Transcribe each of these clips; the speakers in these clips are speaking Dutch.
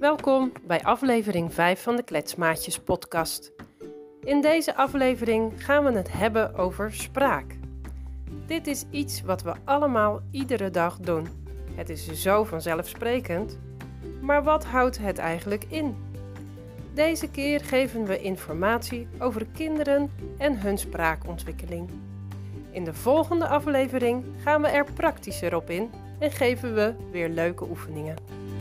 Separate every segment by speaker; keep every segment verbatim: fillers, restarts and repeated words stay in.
Speaker 1: Welkom bij aflevering vijf van de Kletsmaatjes podcast. In deze aflevering gaan we het hebben over spraak. Dit is iets wat we allemaal iedere dag doen. Het is zo vanzelfsprekend. Maar wat houdt het eigenlijk in? Deze keer geven we informatie over kinderen en hun spraakontwikkeling. In de volgende aflevering gaan we er praktischer op in en geven we weer leuke oefeningen.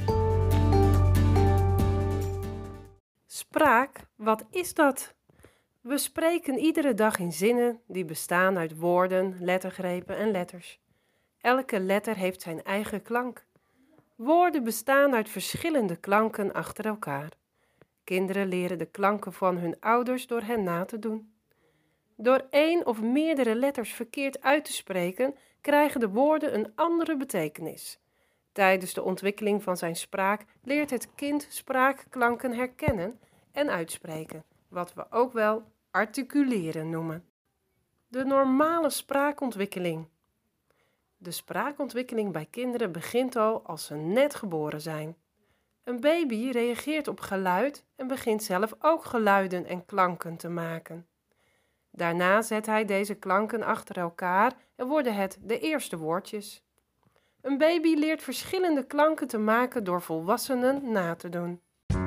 Speaker 1: Spraak, wat is dat? We spreken iedere dag in zinnen die bestaan uit woorden, lettergrepen en letters. Elke letter heeft zijn eigen klank. Woorden bestaan uit verschillende klanken achter elkaar. Kinderen leren de klanken van hun ouders door hen na te doen. Door één of meerdere letters verkeerd uit te spreken, krijgen de woorden een andere betekenis. Tijdens de ontwikkeling van zijn spraak leert het kind spraakklanken herkennen en uitspreken, wat we ook wel articuleren noemen. De normale spraakontwikkeling. De spraakontwikkeling bij kinderen begint al als ze net geboren zijn. Een baby reageert op geluid en begint zelf ook geluiden en klanken te maken. Daarna zet hij deze klanken achter elkaar en worden het de eerste woordjes. Een baby leert verschillende klanken te maken door volwassenen na te doen.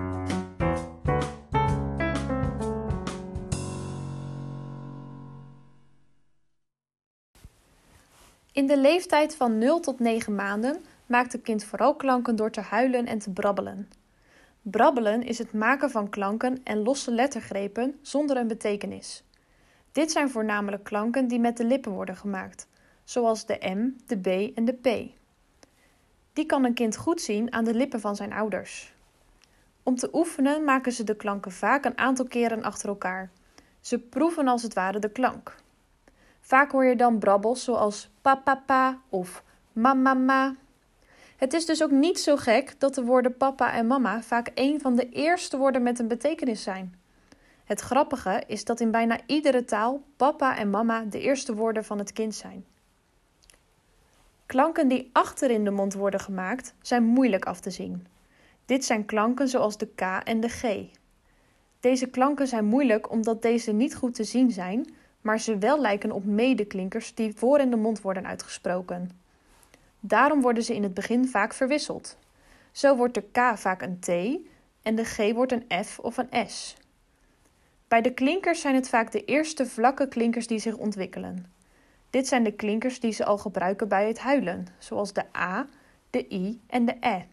Speaker 2: In de leeftijd van nul tot negen maanden maakt het kind vooral klanken door te huilen en te brabbelen. Brabbelen is het maken van klanken en losse lettergrepen zonder een betekenis. Dit zijn voornamelijk klanken die met de lippen worden gemaakt, zoals de M, de B en de P. Die kan een kind goed zien aan de lippen van zijn ouders. Om te oefenen maken ze de klanken vaak een aantal keren achter elkaar. Ze proeven als het ware de klank. Vaak hoor je dan brabbels zoals pa pa pa of ma ma ma. Het is dus ook niet zo gek dat de woorden papa en mama vaak een van de eerste woorden met een betekenis zijn. Het grappige is dat in bijna iedere taal papa en mama de eerste woorden van het kind zijn. Klanken die achter in de mond worden gemaakt zijn moeilijk af te zien. Dit zijn klanken zoals de K en de G. Deze klanken zijn moeilijk omdat deze niet goed te zien zijn, maar ze wel lijken op medeklinkers die voor in de mond worden uitgesproken. Daarom worden ze in het begin vaak verwisseld. Zo wordt de K vaak een T en de G wordt een F of een S. Bij de klinkers zijn het vaak de eerste vlakke klinkers die zich ontwikkelen. Dit zijn de klinkers die ze al gebruiken bij het huilen, zoals de A, de I en de E.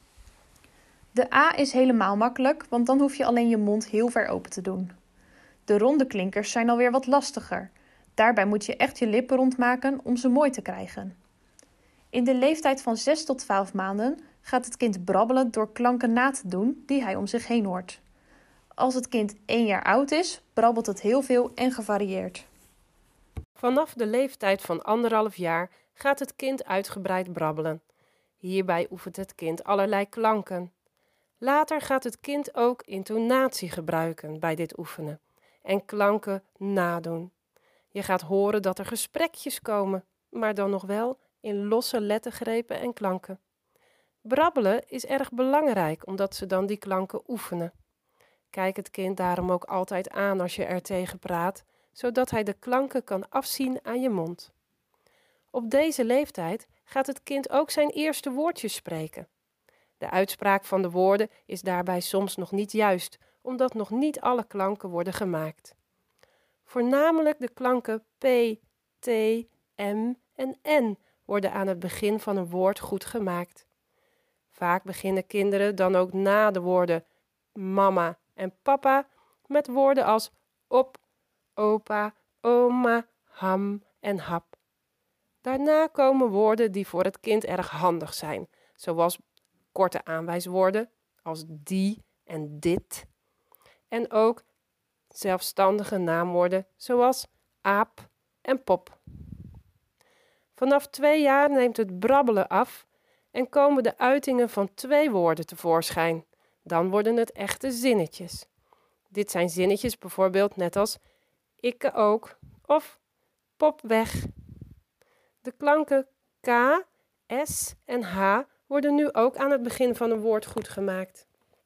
Speaker 2: De A is helemaal makkelijk, want dan hoef je alleen je mond heel ver open te doen. De ronde klinkers zijn alweer wat lastiger. Daarbij moet je echt je lippen rondmaken om ze mooi te krijgen. In de leeftijd van zes tot twaalf maanden gaat het kind brabbelen door klanken na te doen die hij om zich heen hoort. Als het kind één jaar oud is, brabbelt het heel veel en gevarieerd.
Speaker 1: Vanaf de leeftijd van anderhalf jaar gaat het kind uitgebreid brabbelen. Hierbij oefent het kind allerlei klanken. Later gaat het kind ook intonatie gebruiken bij dit oefenen en klanken nadoen. Je gaat horen dat er gesprekjes komen, maar dan nog wel in losse lettergrepen en klanken. Brabbelen is erg belangrijk omdat ze dan die klanken oefenen. Kijk het kind daarom ook altijd aan als je er tegen praat, zodat hij de klanken kan afzien aan je mond. Op deze leeftijd gaat het kind ook zijn eerste woordjes spreken. De uitspraak van de woorden is daarbij soms nog niet juist, omdat nog niet alle klanken worden gemaakt. Voornamelijk de klanken P, T, M en N worden aan het begin van een woord goed gemaakt. Vaak beginnen kinderen dan ook na de woorden mama en papa met woorden als op, opa, oma, ham en hap. Daarna komen woorden die voor het kind erg handig zijn, zoals korte aanwijswoorden als die en dit. En ook zelfstandige naamwoorden zoals aap en pop. Vanaf twee jaar neemt het brabbelen af en komen de uitingen van twee woorden tevoorschijn. Dan worden het echte zinnetjes. Dit zijn zinnetjes bijvoorbeeld net als ikke ook of pop weg. De klanken K, S en H worden nu ook aan het begin van een woord goed gemaakt.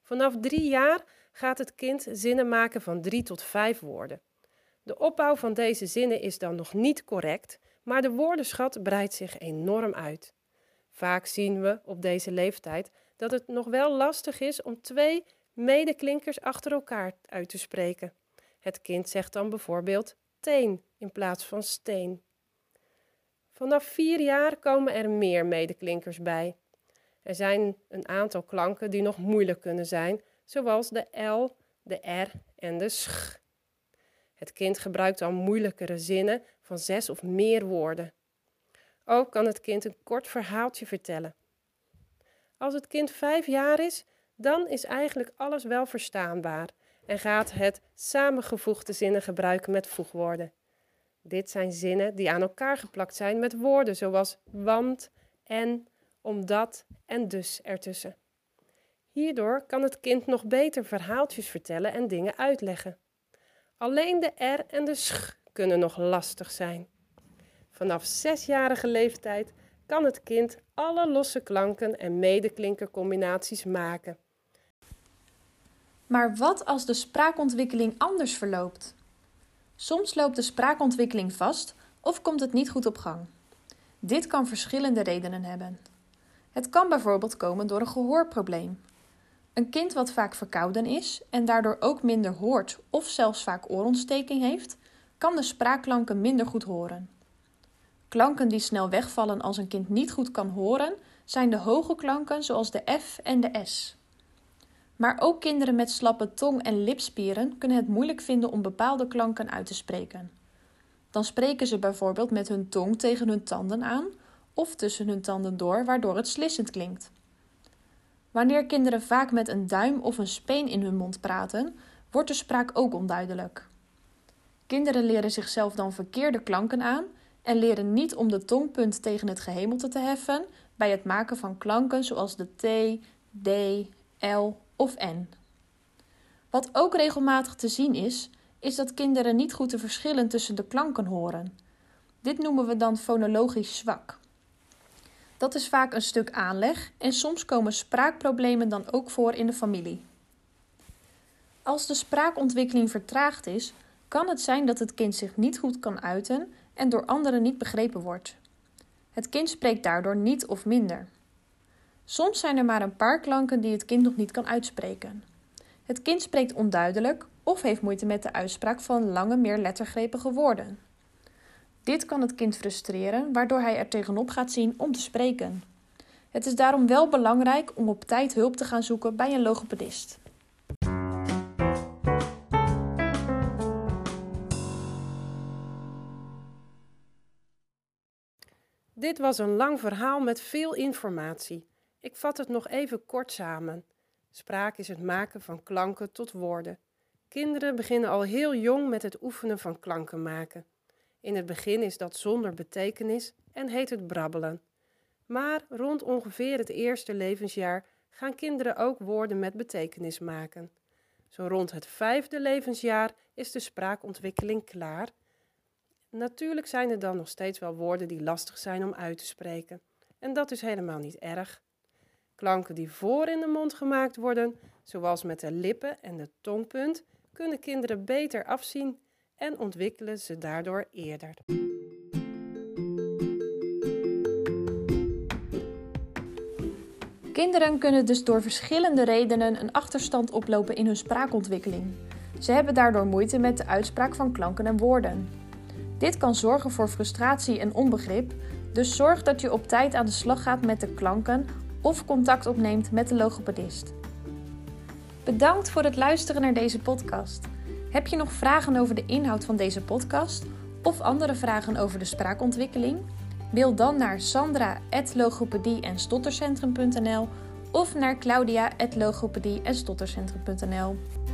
Speaker 1: Vanaf drie jaar gaat het kind zinnen maken van drie tot vijf woorden. De opbouw van deze zinnen is dan nog niet correct, maar de woordenschat breidt zich enorm uit. Vaak zien we op deze leeftijd dat het nog wel lastig is om twee medeklinkers achter elkaar uit te spreken. Het kind zegt dan bijvoorbeeld teen in plaats van steen. Vanaf vier jaar komen er meer medeklinkers bij. Er zijn een aantal klanken die nog moeilijk kunnen zijn, zoals de L, de R en de sch. Het kind gebruikt dan moeilijkere zinnen van zes of meer woorden. Ook kan het kind een kort verhaaltje vertellen. Als het kind vijf jaar is, dan is eigenlijk alles wel verstaanbaar en gaat het samengevoegde zinnen gebruiken met voegwoorden. Dit zijn zinnen die aan elkaar geplakt zijn met woorden zoals want, en, omdat en dus ertussen. Hierdoor kan het kind nog beter verhaaltjes vertellen en dingen uitleggen. Alleen de R en de sch kunnen nog lastig zijn. Vanaf zesjarige leeftijd kan het kind alle losse klanken en medeklinkercombinaties maken.
Speaker 2: Maar wat als de spraakontwikkeling anders verloopt? Soms loopt de spraakontwikkeling vast of komt het niet goed op gang. Dit kan verschillende redenen hebben. Het kan bijvoorbeeld komen door een gehoorprobleem. Een kind wat vaak verkouden is en daardoor ook minder hoort of zelfs vaak oorontsteking heeft, kan de spraakklanken minder goed horen. Klanken die snel wegvallen als een kind niet goed kan horen, zijn de hoge klanken zoals de F en de S. Maar ook kinderen met slappe tong- en lipspieren kunnen het moeilijk vinden om bepaalde klanken uit te spreken. Dan spreken ze bijvoorbeeld met hun tong tegen hun tanden aan of tussen hun tanden door, waardoor het slissend klinkt. Wanneer kinderen vaak met een duim of een speen in hun mond praten, wordt de spraak ook onduidelijk. Kinderen leren zichzelf dan verkeerde klanken aan en leren niet om de tongpunt tegen het gehemelte te heffen bij het maken van klanken zoals de T, D, L of N. Wat ook regelmatig te zien is, is dat kinderen niet goed de verschillen tussen de klanken horen. Dit noemen we dan fonologisch zwak. Dat is vaak een stuk aanleg en soms komen spraakproblemen dan ook voor in de familie. Als de spraakontwikkeling vertraagd is, kan het zijn dat het kind zich niet goed kan uiten en door anderen niet begrepen wordt. Het kind spreekt daardoor niet of minder. Soms zijn er maar een paar klanken die het kind nog niet kan uitspreken. Het kind spreekt onduidelijk of heeft moeite met de uitspraak van lange, meer lettergrepige woorden. Dit kan het kind frustreren, waardoor hij er tegenop gaat zien om te spreken. Het is daarom wel belangrijk om op tijd hulp te gaan zoeken bij een logopedist.
Speaker 1: Dit was een lang verhaal met veel informatie. Ik vat het nog even kort samen. Spraak is het maken van klanken tot woorden. Kinderen beginnen al heel jong met het oefenen van klanken maken. In het begin is dat zonder betekenis en heet het brabbelen. Maar rond ongeveer het eerste levensjaar gaan kinderen ook woorden met betekenis maken. Zo rond het vijfde levensjaar is de spraakontwikkeling klaar. Natuurlijk zijn er dan nog steeds wel woorden die lastig zijn om uit te spreken. En dat is helemaal niet erg. Klanken die voor in de mond gemaakt worden, zoals met de lippen en de tongpunt, kunnen kinderen beter afzien en ontwikkelen ze daardoor eerder.
Speaker 2: Kinderen kunnen dus door verschillende redenen een achterstand oplopen in hun spraakontwikkeling. Ze hebben daardoor moeite met de uitspraak van klanken en woorden. Dit kan zorgen voor frustratie en onbegrip, dus zorg dat je op tijd aan de slag gaat met de klanken of contact opneemt met de logopedist. Bedankt voor het luisteren naar deze podcast. Heb je nog vragen over de inhoud van deze podcast of andere vragen over de spraakontwikkeling? Mail dan naar sandra at logopedie en stottercentrum punt n l of naar claudia at logopedie en stottercentrum punt n l.